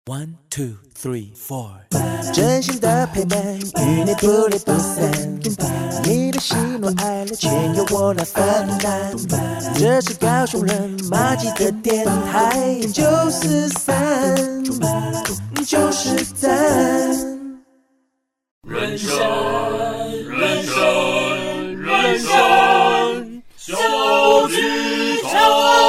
One, two, three, four。 真心的陪伴，与你不离不散。你的喜怒哀乐，全由我来分担。这是高雄人马吉的电台943，就是赞。 人生，人生，人生，小剧场。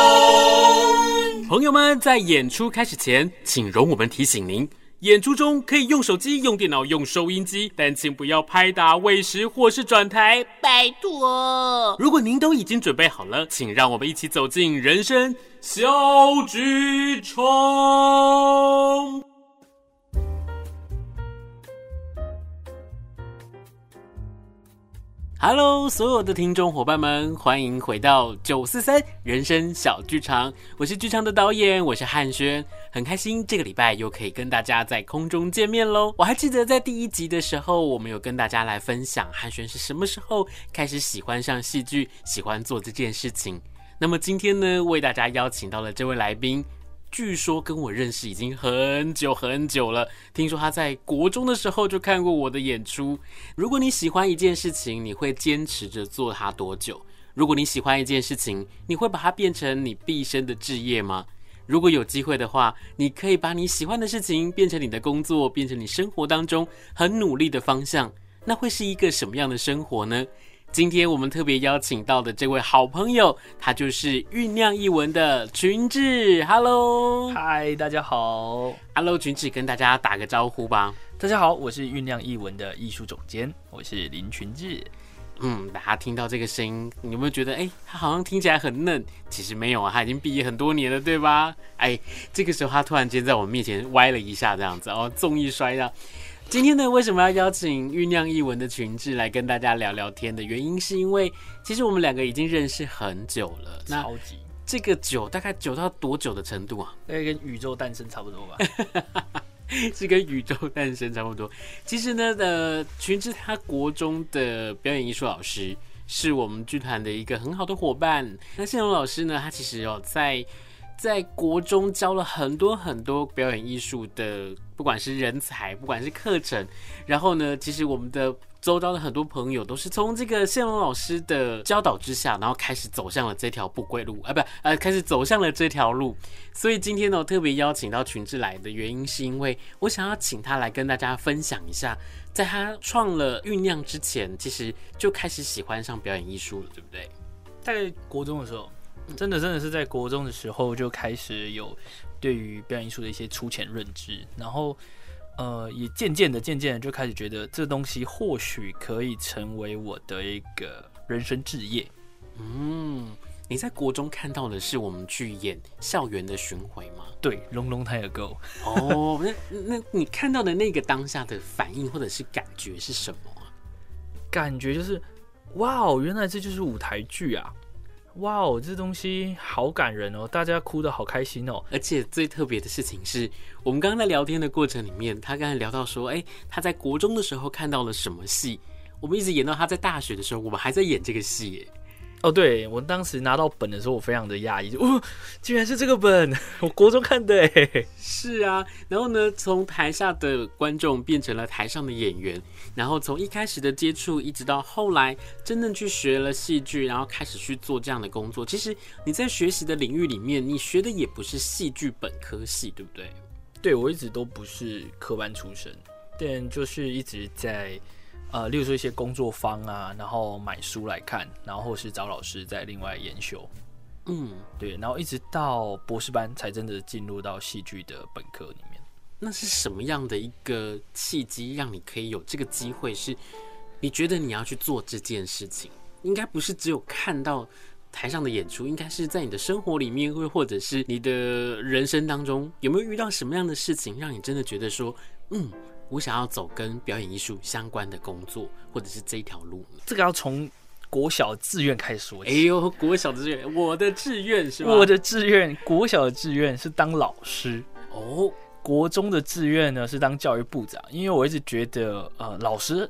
朋友们，在演出开始前，请容我们提醒您，演出中可以用手机、用电脑、用收音机，但请不要拍打、喂食或是转台，拜托。如果您都已经准备好了，请让我们一起走进人生小剧场。Hello， 所有的听众伙伴们，欢迎回到943人生小剧场。我是剧场的导演，我是汉轩，很开心这个礼拜又可以跟大家在空中见面咯。我还记得在第1集的时候，我们有跟大家来分享汉轩是什么时候开始喜欢上戏剧，喜欢做这件事情。那么今天呢，为大家邀请到了这位来宾，据说跟我认识已经很久很久了，听说他在国中的时候就看过我的演出。如果你喜欢一件事情，你会坚持着做它多久？如果你喜欢一件事情，你会把它变成你毕生的志业吗？如果有机会的话，你可以把你喜欢的事情变成你的工作，变成你生活当中很努力的方向，那会是一个什么样的生活呢？今天我们特别邀请到的这位好朋友，他就是酝酿艺文的群志。Hello， 嗨，大家好。 Hello， 群志，跟大家打个招呼吧。 大家好，我是酝酿艺文的艺术总监，我是林群志。 大家听到这个声音，你有没有觉得，他好像听起来很嫩？其实没有啊，他已经毕业很多年了，对吧？这个时候他突然间在我面前歪了一下，这样子哦，纵一摔这今天呢，为什么要邀请酝酿艺文的群志来跟大家聊聊天的原因，是因为其实我们两个已经认识很久了。 超级。 这个久大概久到多久的程度啊？ 大概跟宇宙诞生差不多吧。 是跟宇宙诞生差不多。其实呢，群志他国中的表演艺术老师是我们剧团的一个很好的伙伴。那谢龙老师呢，他其实在国中教了很多很多表演艺术的，不管是人才，不管是课程。然后呢，其实我们的周遭的很多朋友都是从这个谢龙老师的教导之下，然后开始走向了这条不归路，开始走向了这条路。所以今天呢，我特别邀请到群志来的原因，是因为我想要请他来跟大家分享一下，在他创了酝酿之前，其实就开始喜欢上表演艺术了，对不对？ 大概国中的时候。真的是在国中的时候就开始有对于表演艺术的一些粗浅认知，然后也渐渐的就开始觉得这东西或许可以成为我的一个人生志业。 你在国中看到的是我们去演校园的巡回吗？ 对 ，long time ago。 哦，那你看到的那个当下的反应或者是感觉是什么啊？ 感觉就是哇哦，原来这就是舞台剧啊！哇哦，这东西好感人哦，大家哭得好开心哦。 而且最特别的事情是，我们刚刚在聊天的过程里面，他刚才聊到说，他在国中的时候看到了什么戏，我们一直演到他在大学的时候，我们还在演这个戏耶。 哦，对，我当时拿到本的时候，我非常的讶异，居然是这个本，我国中看的耶。 是啊，然后呢，从台下的观众变成了台上的演员，然后从一开始的接触，一直到后来真正去学了戏剧，然后开始去做这样的工作。其实你在学习的领域里面，你学的也不是戏剧本科系，对不对？ 对，我一直都不是科班出身，但就是一直在。例如说一些工作坊啊，然后买书来看，然后或是找老师再另外研修，对，然后一直到博士班才真的进入到戏剧的本科里面。 那是什么样的一个契机，让你可以有这个机会？是你觉得你要去做这件事情，应该不是只有看到台上的演出，应该是在你的生活里面，或者是你的人生当中，有没有遇到什么样的事情，让你真的觉得说，我想要走跟表演艺术相关的工作，或者是这一条路呢？ 这个要从国小志愿开始说起。 国小的志愿，我的志愿是吧？ 我的志愿，国小的志愿是当老师。国中的志愿呢是当教育部长，因为我一直觉得，老师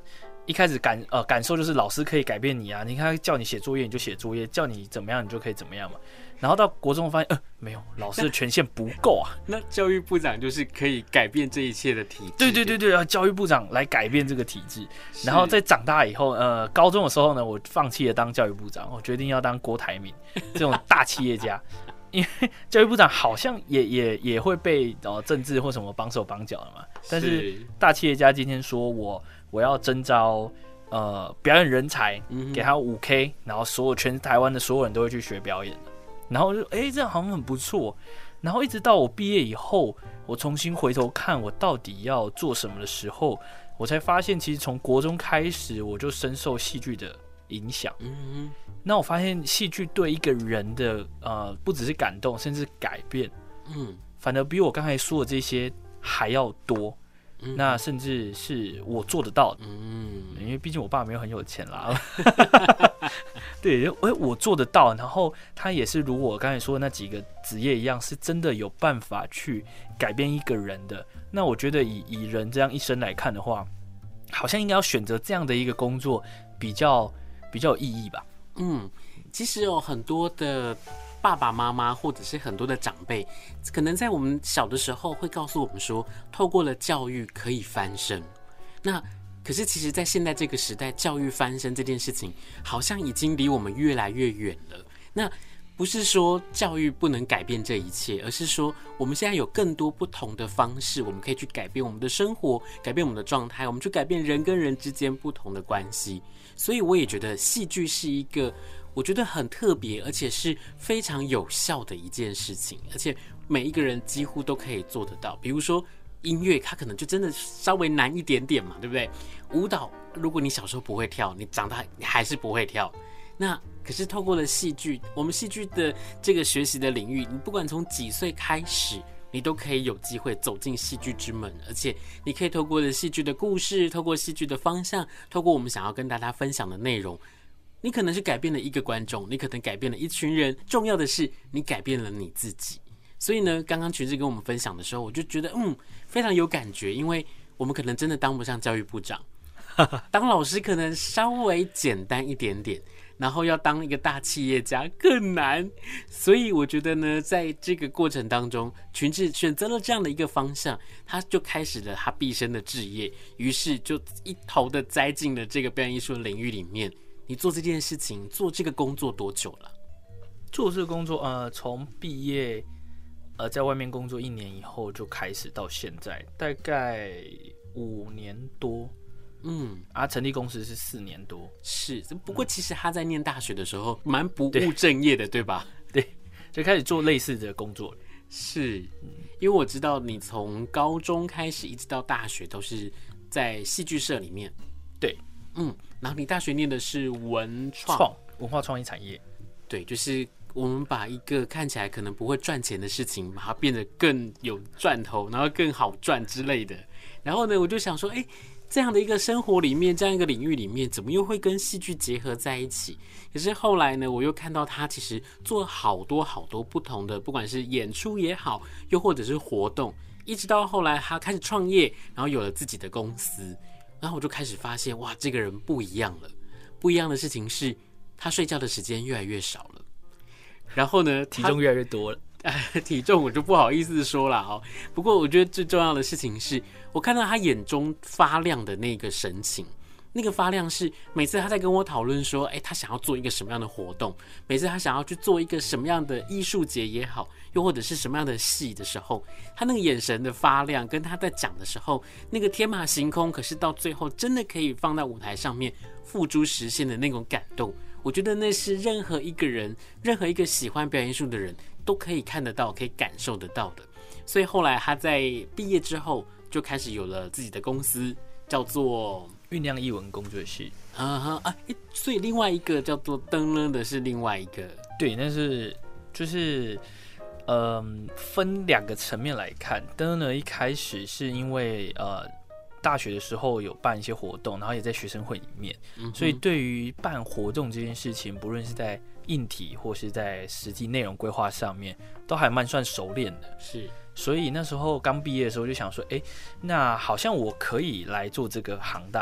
一开始感受就是老师可以改变你啊，你看叫你写作业你就写作业，叫你怎么样你就可以怎么样嘛。然后到国中发现，没有，老师的权限不够啊。 那教育部长就是可以改变这一切的体制。 对，教育部长来改变这个体制。然后在长大以后，高中的时候呢，我放弃了当教育部长，我决定要当郭台铭这种大企业家。因为教育部长好像也会被政治或什么绑手绑脚的嘛。但是大企业家今天说我要征召表演人才，给他5K， 然后全台湾的所有人都会去学表演的。然后就这样好像很不错。然后一直到我毕业以后，我重新回头看我到底要做什么的时候，我才发现其实从国中开始我就深受戏剧的影响。那我发现戏剧对一个人的不只是感动，甚至改变，反而比我刚才说的这些还要多。那甚至是我做得到的，因为毕竟我爸没有很有钱啦。对，我做得到，然后他也是如我刚才说的那几个职业一样，是真的有办法去改变一个人的。那我觉得以人这样一生来看的话，好像应该要选择这样的一个工作，比较有意义吧。 其实有很多的爸爸妈妈或者是很多的长辈，可能在我们小的时候会告诉我们说，透过了教育可以翻身。那可是其实在现在这个时代，教育翻身这件事情好像已经离我们越来越远了。那不是说教育不能改变这一切，而是说我们现在有更多不同的方式，我们可以去改变我们的生活，改变我们的状态，我们去改变人跟人之间不同的关系。所以我也觉得戏剧是一个我觉得很特别，而且是非常有效的一件事情，而且每一个人几乎都可以做得到。比如说音乐，它可能就真的稍微难一点点嘛，对不对？舞蹈，如果你小时候不会跳，你长大你还是不会跳。那可是透过了戏剧，我们戏剧的这个学习的领域，你不管从几岁开始，你都可以有机会走进戏剧之门，而且你可以透过了戏剧的故事，透过戏剧的方向，透过我们想要跟大家分享的内容，你可能是改变了一个观众，你可能改变了一群人，重要的是你改变了你自己。所以呢，刚刚群志跟我们分享的时候，我就觉得非常有感觉，因为我们可能真的当不上教育部长，当老师可能稍微简单一点点，然后要当一个大企业家更难。所以我觉得呢，在这个过程当中，群志选择了这样的一个方向，他就开始了他毕生的志业，于是就一头的栽进了这个表演艺术的领域里面。你做这件事情，做这个工作多久了？ 做这个工作，从毕业，在外面工作1年以后就开始到现在，大概5年多。成立公司是4年多。 是，不过其实他在念大学的时候蛮不务正业的，对吧？ 对，就开始做类似的工作了。 是，因为我知道你从高中开始一直到大学都是在戏剧社里面。 对， 然后你大学念的是文化创意产业。 对，就是我们把一个看起来可能不会赚钱的事情，把它变得更有赚头，然后更好赚之类的。然后呢，我就想说，这样的一个生活里面，这样一个领域里面，怎么又会跟戏剧结合在一起？可是后来呢，我又看到他其实做了好多好多不同的，不管是演出也好，又或者是活动，一直到后来他开始创业，然后有了自己的公司。然后我就开始发现，哇，这个人不一样了。不一样的事情是，他睡觉的时间越来越少了。然后呢， 体重越来越多了。 体重我就不好意思说了。不过我觉得最重要的事情是，我看到他眼中发亮的那个神情。那个发亮是每次他在跟我讨论说，他想要做一个什么样的活动，每次他想要去做一个什么样的艺术节也好，又或者是什么样的戏的时候，他那个眼神的发亮，跟他在讲的时候那个天马行空，可是到最后真的可以放在舞台上面付诸实现的那种感动，我觉得那是任何一个人，任何一个喜欢表演艺术的人都可以看得到，可以感受得到的。所以后来他在毕业之后就开始有了自己的公司，叫做酝酿艺文工作室。 所以另外一个叫做灯呢的是另外一个。 对，那是就是分2个层面来看。灯呢一开始是因为大学的时候有办一些活动，然后也在学生会里面，所以对于办活动这件事情，不论是在硬体或是在实际内容规划上面，都还蛮算熟练的。 是， 所以那时候刚毕业的时候就想说，那好像我可以来做这个行当。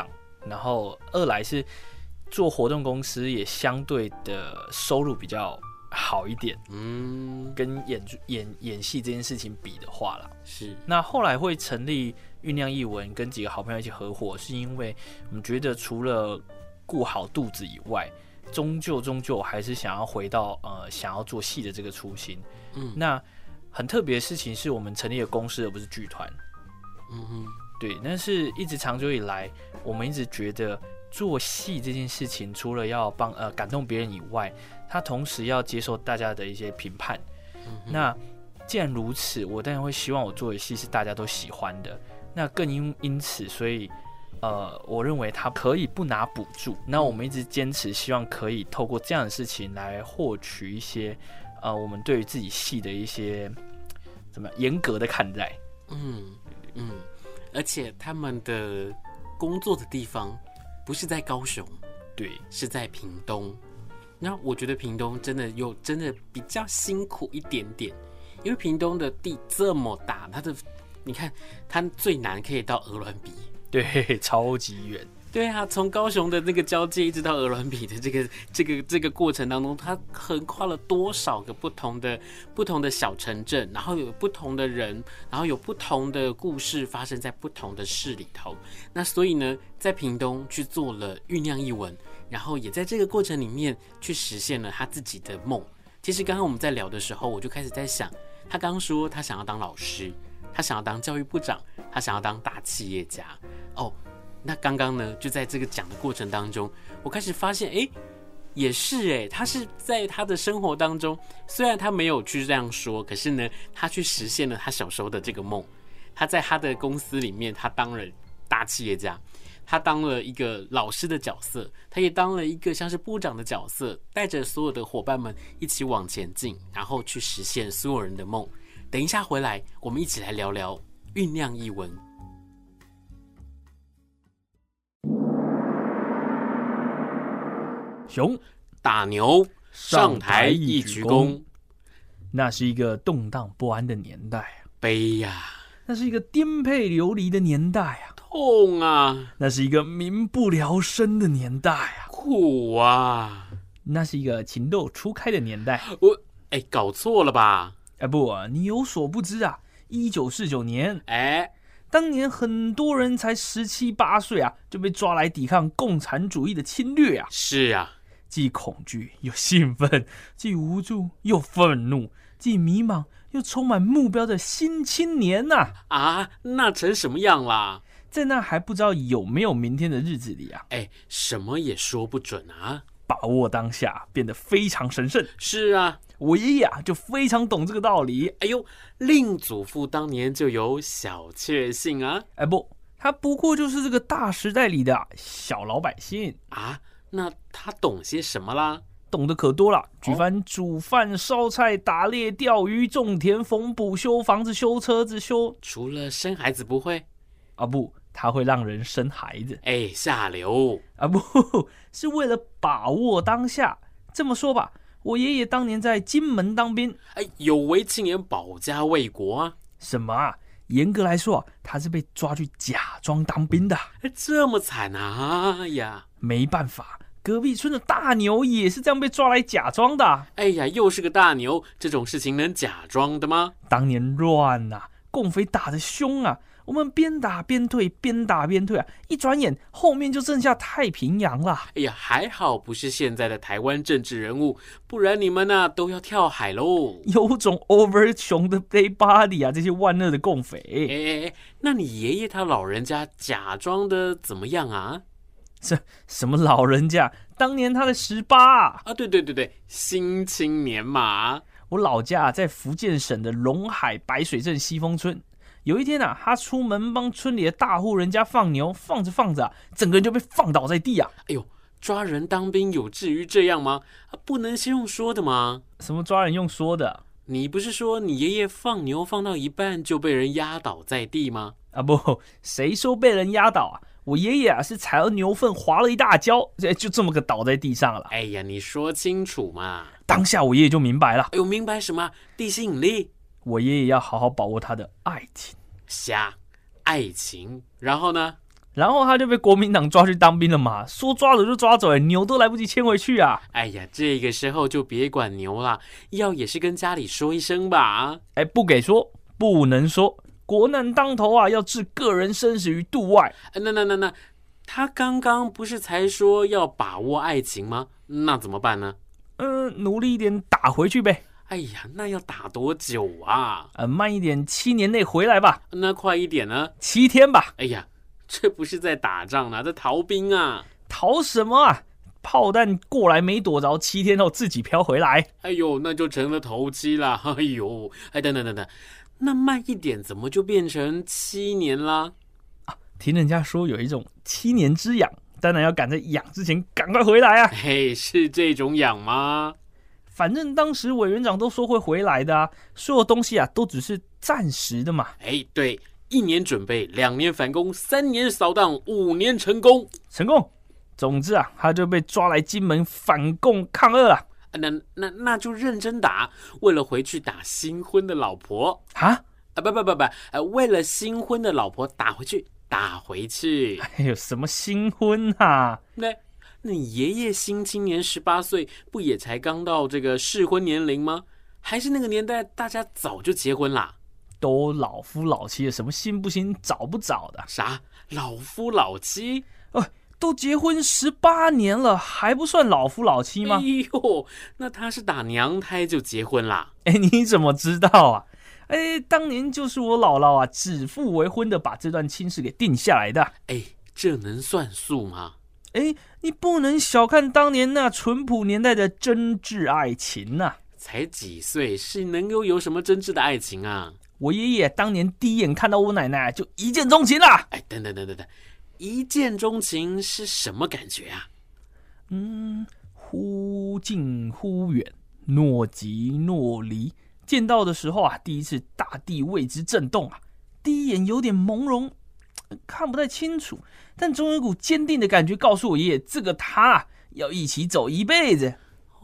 然后二来是做活动公司也相对的收入比较好一点，跟演戏这件事情比的话啦， 是。 那后来会成立酝酿艺文，跟几个好朋友一起合伙，是因为我们觉得除了顾好肚子以外，终究还是想要回到想要做戏的这个初心。那很特别的事情是我们成立了公司而不是剧团。对，但是一直长久以来，我们一直觉得做戏这件事情，除了要感动别人以外，他同时要接受大家的一些评判。那既然如此，我当然会希望我做的戏是大家都喜欢的。那更因此，所以我认为他可以不拿补助。那我们一直坚持，希望可以透过这样的事情来获取一些我们对于自己戏的一些怎么样严格的看待。 而且他们的工作的地方不是在高雄， 对，是在屏东。那我觉得屏东真的比较辛苦一点点，因为屏东的地这么大，你看它最南可以到鹅銮鼻， 对，超级远。 对啊，从高雄的那个交界一直到鹅銮鼻的这个过程当中，它横跨了多少个不同的小城镇，然后有不同的人，然后有不同的故事发生在不同的市里头。那所以呢，在屏东去做了酝酿艺文，然后也在这个过程里面去实现了他自己的梦。其实刚刚我们在聊的时候，我就开始在想，他刚刚说他想要当老师，他想要当教育部长，他想要当大企业家。那刚刚呢，就在这个讲的过程当中，我开始发现，也是他是在他的生活当中，虽然他没有去这样说，可是呢，他去实现了他小时候的这个梦。他在他的公司里面，他当了大企业家，他当了一个老师的角色，他也当了一个像是部长的角色，带着所有的伙伴们一起往前进，然后去实现所有人的梦。等一下回来，我们一起来聊聊酝酿艺文。 熊打牛上台一鞠躬， 那是一个动荡不安的年代啊！ 悲呀， 那是一个颠沛流离的年代啊！ 痛啊， 那是一个民不聊生的年代啊！ 苦啊， 那是一个情窦初开的年代。 搞错了吧？ 不啊，你有所不知啊，1949年，当年很多人才17、18岁啊，就被抓来抵抗共产主义的侵略啊！ 是啊， 既恐惧又兴奋，既无助又愤怒，既迷茫又充满目标的新青年呐！ 那成什么样啦？ 在那还不知道有没有明天的日子里啊， 什么也说不准啊！ 把握当下变得非常神圣。 是啊， 我爷爷就非常懂这个道理。 令祖父当年就有小确幸啊！ 不，他不过就是这个大时代里的小老百姓啊。那他懂些什么啦？ 懂得可多了，举凡煮饭、烧菜、打猎、钓鱼、种田、缝补、修房子、修车子、 除了生孩子不会？ 不，他会让人生孩子。 下流！ 不是为了把握当下。这么说吧，我爷爷当年在金门当兵， 有为青年保家卫国啊。 什么啊？严格来说他是被抓去假装当兵的。 这么惨啊呀！ 没办法，隔壁村的大牛也是这样被抓来假装的。 又是个大牛，这种事情能假装的吗？ 当年乱啊，共匪打得凶啊，我们边打边退，边打边退啊，一转眼后面就剩下太平洋了。 还好不是现在的台湾政治人物，不然你们都要跳海喽。 有种 over 熊的 play body 啊，这些万恶的共匪。 那你爷爷他老人家假装的怎么样啊？ 什么老人家？当年他的18 对，新青年嘛。 我老家在福建省的龙海白水镇西峰村。有一天他出门帮村里的大户人家放牛，放着放着整个人就被放倒在地啊！ 抓人当兵有至于这样吗？不能先用说的吗？ 什么抓人用说的？ 你不是说你爷爷放牛放到一半就被人压倒在地吗？ 不，谁说被人压倒啊？我爷爷是踩了牛粪滑了一大跤，就这么个倒在地上了。 你说清楚嘛！ 当下我爷爷就明白了。 明白什么？地心引力。 我爷爷要好好把握他的爱情。 爱情，然后呢？ 然后他就被国民党抓去当兵了嘛，说抓走就抓走，牛都来不及牵回去啊！ 哎呀，这个时候就别管牛啦，要也是跟家里说一声吧。 不给说，不能说，国难当头啊，要置个人生死于度外。 那，他刚刚不是才说要把握爱情吗？那怎么办呢？ 努力一点打回去呗。 哎呀，那要打多久啊？ 慢一点，7年内回来吧。 那快一点呢 ？7天吧。 哎呀，这不是在打仗啊，在逃兵啊！ 逃什么啊？炮弹过来没躲着，7天后自己飘回来。 哎呦，那就成了头七啦！哎呦，等，那慢一点怎么就变成7年啦？ 听人家说有一种7年之痒，当然要赶在痒之前赶快回来啊！ 嘿，是这种痒吗？ 反正当时委员长都说会回来的啊，所有东西啊都只是暂时的嘛。 对，1年准备，2年反攻，3年扫荡，5年成功。 成功。总之啊，他就被抓来金门反共抗俄了。 那就认真打，为了回去打新婚的老婆啊？ 不，为了新婚的老婆打回去。 哎呦，什么新婚啊？ 那你爷爷新青年18岁，不也才刚到这个适婚年龄吗？还是那个年代大家早就结婚啦？ 都老夫老妻了，什么新不新，早不早的？ 啥？老夫老妻？ 都结婚18年了，还不算老夫老妻吗？ 哎呦，那他是打娘胎就结婚啦？ 你怎么知道啊？当年就是我姥姥啊，指腹为婚的把这段亲事给定下来的。 这能算数吗？ 你不能小看当年那淳朴年代的真挚爱情啊。 才几岁，是能够有什么真挚的爱情啊？ 我爷爷当年第一眼看到我奶奶就一见钟情啦。 等，一见钟情是什么感觉啊？ 忽近忽远，若即若离。见到的时候啊，第一次大地为之震动啊，第一眼有点朦胧，看不太清楚，但总有一股坚定的感觉告诉我爷爷，这个他要一起走一辈子。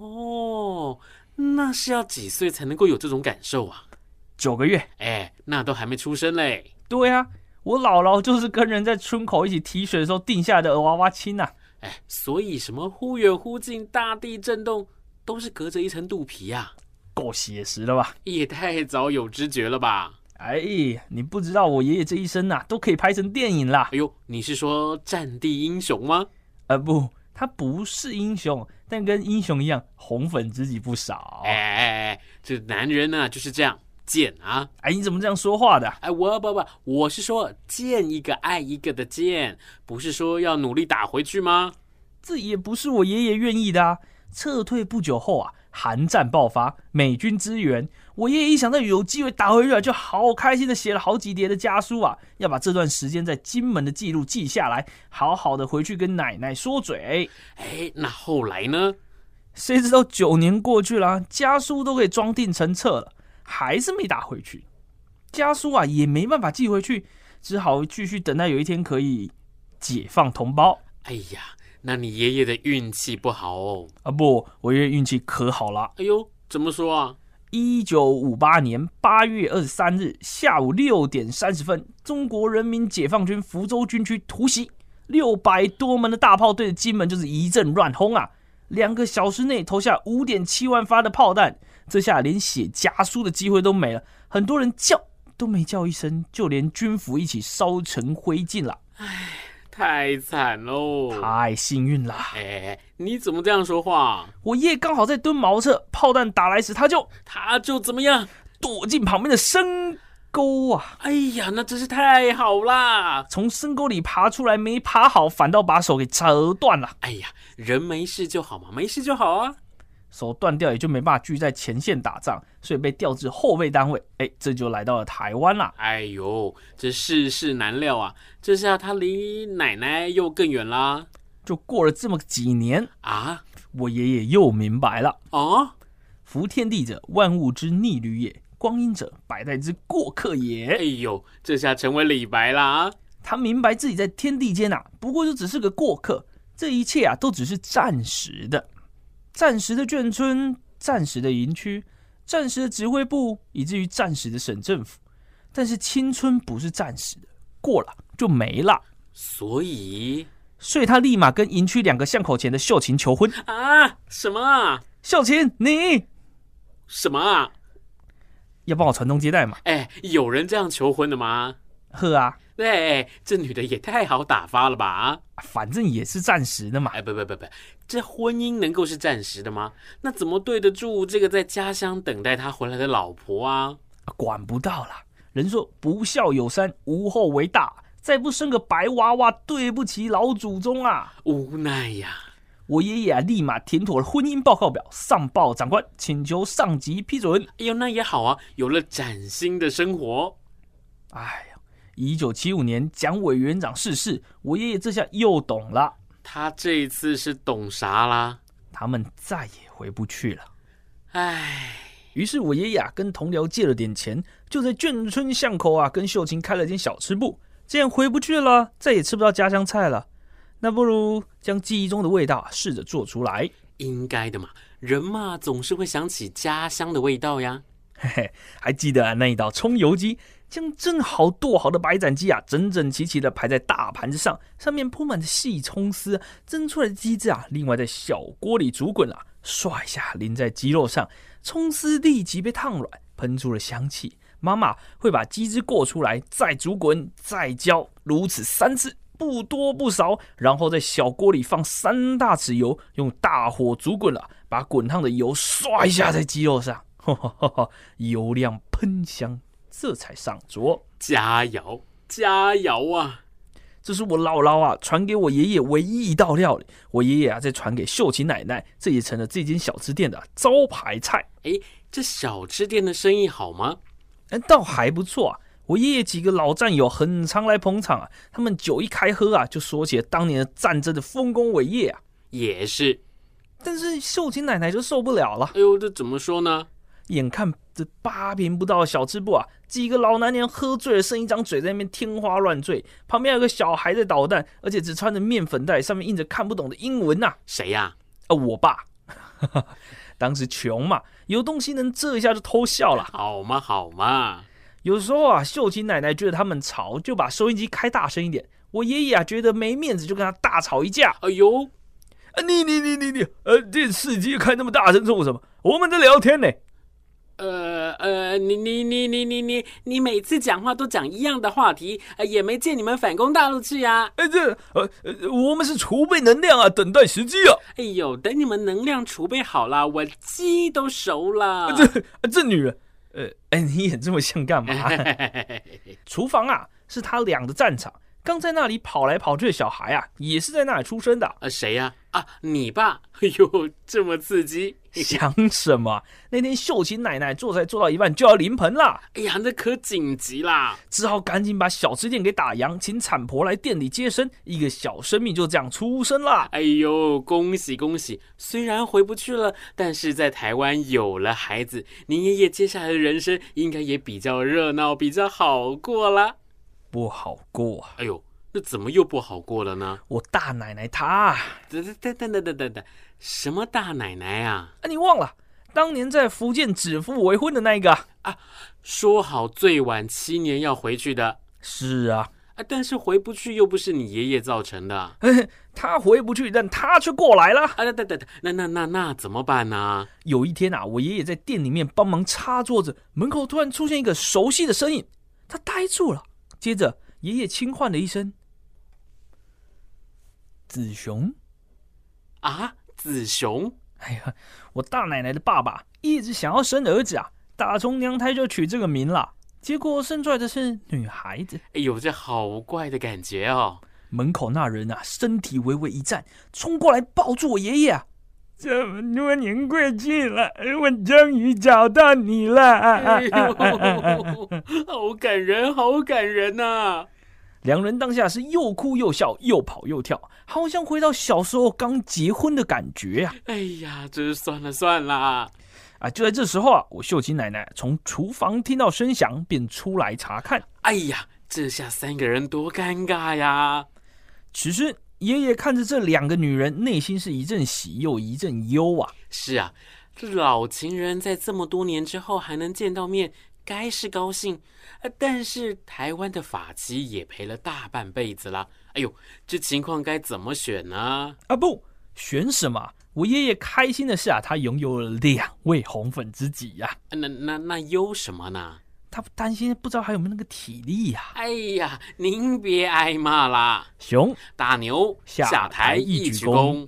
那是要几岁才能够有这种感受啊 ？9个月。 那都还没出生嘞。 对啊，我姥姥就是跟人在村口一起提水的时候定下的鹅娃娃亲啊。 所以什么忽远忽近、大地震动，都是隔着一层肚皮啊。 够写实了吧？ 也太早有知觉了吧？ 你不知道我爷爷这一生啊，都可以拍成电影啦。 你是说战地英雄吗？ 不，他不是英雄，但跟英雄一样，红粉知己不少。 这男人呢就是这样贱啊！ 你怎么这样说话的？ 我是说见一个爱一个的见，不是说要努力打回去吗？ 这也不是我爷爷愿意的啊。撤退不久后啊，韩战爆发，美军支援，我爷爷一想到有机会打回去，就好开心的写了好几叠的家书啊，要把这段时间在金门的记录记下来，好好的回去跟奶奶说嘴。 那后来呢？ 谁知道9年过去了，家书都可以装订成册了，还是没打回去。家书啊也没办法寄回去，只好继续等待有一天可以解放同胞。 那你爷爷的运气不好哦。 不，我爷爷运气可好了。 怎么说啊 ？1958年8月23日下午6点30分，中国人民解放军福州军区突袭，600多门的大炮对着金门就是一阵乱轰啊！2个小时内投下5.7万发的炮弹，这下连写家书的机会都没了，很多人叫都没叫一声，就连军服一起烧成灰烬了。 太惨喽！ 太幸运了！ 你怎么这样说话？ 我爷爷刚好在蹲茅厕，炮弹打来时，他就怎么样？ 躲进旁边的深沟啊！ 那真是太好啦！ 从深沟里爬出来，没爬好，反倒把手给折断了。 人没事就好嘛，没事就好啊。 手断掉也就没办法聚在前线打仗，所以被调至后备单位。这就来到了台湾啦。 这世事难料啊！这下他离奶奶又更远啦。 就过了这么几年啊， 我爷爷又明白了夫天地者，万物之逆旅也；光阴者，百代之过客也。 这下成为李白啦。 他明白自己在天地间啊，不过就只是个过客，这一切啊，都只是暂时的。暂时的眷村，暂时的营区，暂时的指挥部，以至于暂时的省政府。但是青春不是暂时的，过了就没了。 所以他立马跟营区2个巷口前的秀琴求婚啊？什么啊？ 秀琴，你什么啊？ 要帮我传宗接代嘛？ 有人这样求婚的吗？ 呵啊， 对，这女的也太好打发了吧？ 反正也是暂时的嘛。 不，这婚姻能够是暂时的吗？那怎么对得住这个在家乡等待他回来的老婆啊？ 管不到啦，人说不孝有三，无后为大，再不生个白娃娃，对不起老祖宗啊！ 无奈呀。 我爷爷立马填妥了婚姻报告表，上报长官，请求上级批准。 那也好啊，有了崭新的生活。 1975年蒋委员长逝世，我爷爷这下又懂了。 他这一次是懂啥啦？ 他们再也回不去了。于是我爷爷跟同僚借了点钱，就在眷村巷口跟秀琴开了间小吃部。既然回不去了，再也吃不到家乡菜了，那不如将记忆中的味道试着做出来。 应该的嘛，人嘛总是会想起家乡的味道呀。 还记得那一道葱油鸡，将蒸好剁好的白斩鸡整整齐齐的排在大盘子上，上面铺满着细葱丝，蒸出来的鸡汁另外在小锅里煮滚唰一下淋在鸡肉上，葱丝立即被烫软，喷出了香气。妈妈会把鸡汁过出来，再煮滚，再浇，如此3次，不多不少，然后在小锅里放3大匙油，用大火煮滚把滚烫的油唰一下在鸡肉上，油亮喷香，这才上桌。 佳肴，佳肴啊！ 这是我姥姥传给我爷爷唯一一道料理，我爷爷再传给秀琴奶奶，这也成了这间小吃店的招牌菜。 这小吃店的生意好吗？ 倒还不错我爷爷几个老战友很常来捧场他们酒一开喝就说起了当年的战争的丰功伟业也是。 但是秀琴奶奶就受不了了。 这怎么说呢？ 眼看这8坪不到的小吃部几个老男人喝醉了，剩一张嘴在那边天花乱坠，旁边有个小孩在捣蛋，而且只穿着面粉袋，上面印着看不懂的英文谁呀？ 我爸。当时穷嘛，有东西能这一下就偷笑了。 好嘛。 有时候秀琴奶奶觉得他们吵，就把收音机开大声一点。我爷爷觉得没面子，就跟他大吵一架。你电视机开那么大声做什么？我们在聊天呢。 你每次讲话都讲一样的话题，也没见你们反攻大陆去呀。 我们是储备能量等待时机等你们能量储备好了，我鸡都熟了。 这女人，你演这么像干嘛？厨房是他俩的战场。刚在那里跑来跑去的小孩也是在那里出生的。 谁呀？你爸。这么刺激。 想什么？那天秀琴奶奶做菜做到一半就要临盆啦。 那可紧急啦， 只好赶紧把小吃店给打烊，请产婆来店里接生，一个小生命就这样出生啦。 恭喜恭喜！虽然回不去了，但是在台湾有了孩子，您爷爷接下来的人生应该也比较热闹，比较好过啦。 不好过那怎么又不好过了呢？ 我大奶奶她…… 等，什么大奶奶啊？ 你忘了当年在福建指腹为婚的那个说好最晚7年要回去的。 是但是回不去又不是你爷爷造成的。 他回不去，但他却过来了。 那怎么办呢？ 有一天我爷爷在店里面帮忙擦桌子，门口突然出现一个熟悉的身影，他呆住了。接着爷爷轻唤了一声：“子雄。” 子雄。 我大奶奶的爸爸一直想要生儿子打从娘胎就取这个名了，结果生出来的是女孩子。 这好怪的感觉门口那人身体微微一颤，冲过来抱住我爷爷这么多年过去了，我终于找到你了。 好感人，好感人呐！ 两人当下是又哭又笑，又跑又跳，好像回到小时候刚结婚的感觉这算了就在这时候我秀琴奶奶从厨房听到声响，便出来查看。 这下3个人多尴尬呀！ 此时爷爷看着这2个女人，内心是一阵喜又一阵忧是这老情人在这么多年之后还能见到面， 该是高兴，但是台湾的法妻也陪了大半辈子啦。哎呦，这情况该怎么选呢？ 啊不，选什么？我爷爷开心的是啊，他拥有了2位红粉知己呀。 那忧什么呢？ 他担心不知道还有没有那个体力呀。 哎呀，您别挨骂啦。 熊打牛下台一鞠躬。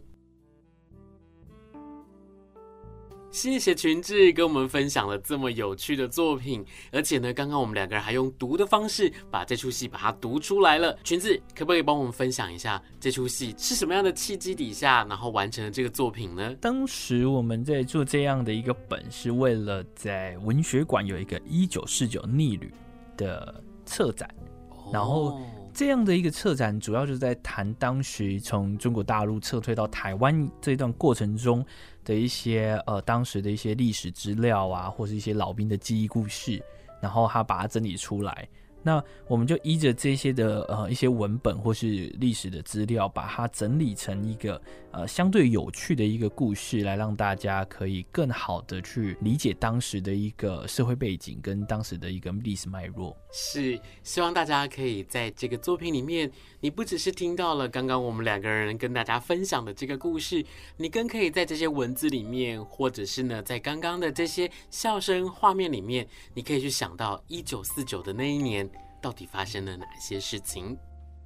谢谢群志跟我们分享了这么有趣的作品，而且呢，刚刚我们2个人还用读的方式把这出戏把它读出来了。群志可不可以帮我们分享一下这出戏是什么样的契机底下，然后完成了这个作品呢？ 当时我们在做这样的一个本，是为了在文学馆有一个1949逆旅的策展，然后这样的一个策展主要就是在谈当时从中国大陆撤退到台湾这段过程中的一些当时的一些历史资料啊，或是一些老兵的记忆故事，然后他把它整理出来。那我们就依着这些的一些文本或是历史的资料，把它整理成一个相对有趣的一个故事，来让大家可以更好的去理解当时的一个社会背景跟当时的一个历史脉络。 是，希望大家可以在这个作品里面，你不只是听到了刚刚我们2个人跟大家分享的这个故事，你更可以在这些文字里面，或者是呢在刚刚的这些笑声画面里面，你可以去想到1949的那一年到底发生了哪些事情。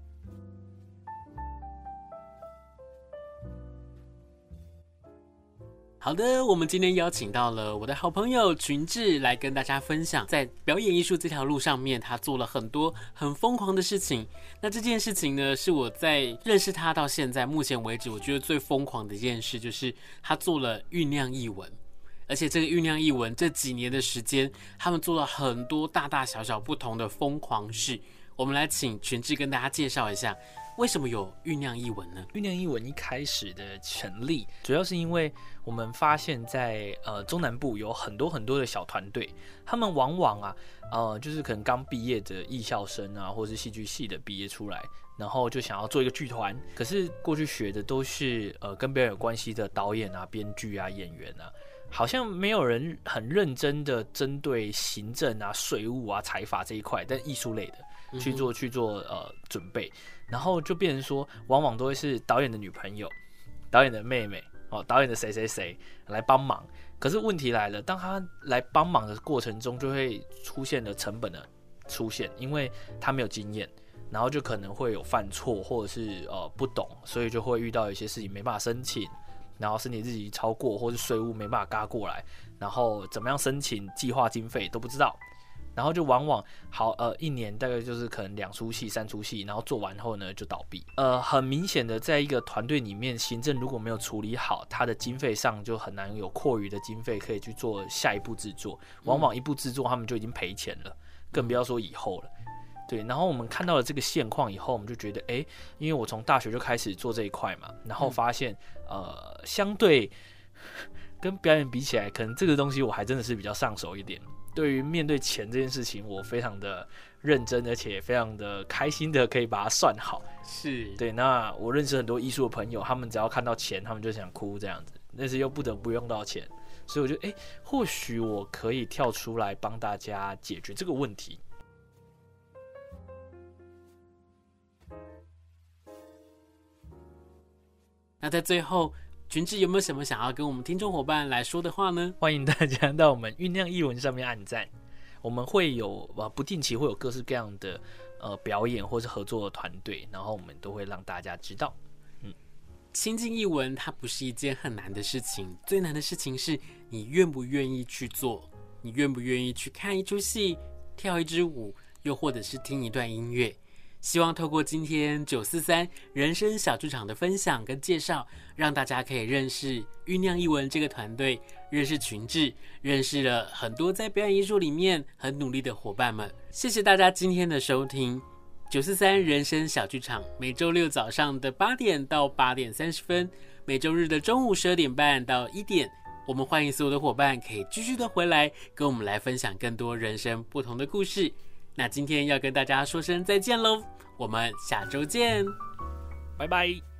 好的，我们今天邀请到了我的好朋友群志来跟大家分享，在表演艺术这条路上面，他做了很多很疯狂的事情。那这件事情呢，是我在认识他到现在目前为止，我觉得最疯狂的一件事，就是他做了酝酿艺文。而且这个酝酿艺文这几年的时间，他们做了很多大大小小不同的疯狂事。我们来请群志跟大家介绍一下，为什么有酝酿艺文呢？ 酝酿艺文一开始的成立，主要是因为我们发现在中南部有很多的小团队，他们往往就是可能刚毕业的艺校生啊，或是戏剧系的毕业出来，然后就想要做一个剧团，可是过去学的都是跟表演有关系的导演啊、编剧啊、演员啊。好像没有人很认真的针对行政啊、税务啊、财法这一块，但艺术类的去做准备，然后就变成说，往往都会是导演的女朋友、导演的妹妹、导演的谁谁谁来帮忙。可是问题来了，当他来帮忙的过程中，就会出现了成本的出现，因为他没有经验，然后就可能会有犯错，或者是不懂，所以就会遇到一些事情没办法申请。然后申请日期超过，或是税务没办法嘎过来，然后怎么样申请计划经费都不知道，然后就往往一年大概就是可能2出戏、3出戏，然后做完后呢就倒闭。很明显的，在一个团队里面，行政如果没有处理好，它的经费上就很难有阔余的经费可以去做下一步制作，往往一步制作他们就已经赔钱了，更不要说以后了。对，然后我们看到了这个现况以后，我们就觉得，因为我从大学就开始做这一块嘛，然后发现，相对跟表演比起来，可能这个东西我还真的是比较上手一点。对于面对钱这件事情，我非常的认真，而且非常的开心的可以把它算好。 是对，那我认识很多艺术的朋友，他们只要看到钱，他们就想哭这样子，但是又不得不用到钱，所以我觉得，或许我可以跳出来帮大家解决这个问题。 那在最后，群志有没有什么想要跟我们听众伙伴来说的话呢？ 欢迎大家到我们酝酿艺文上面按赞，我们会有不定期会有各式各样的表演或是合作的团队，然后我们都会让大家知道。 亲近艺文它不是一件很难的事情，最难的事情是你愿不愿意去做，你愿不愿意去看一出戏、跳一支舞，又或者是听一段音乐。希望透过今天943人生小剧场的分享跟介绍，让大家可以认识酝酿艺文这个团队，认识群志，认识了很多在表演艺术里面很努力的伙伴们。谢谢大家今天的收听。943人生小剧场每周六早上的8点到8点30分，每周日的中午12点半到1点，我们欢迎所有的伙伴可以继续的回来跟我们来分享更多人生不同的故事。那今天要跟大家说声再见喽，我们下周见， 拜拜。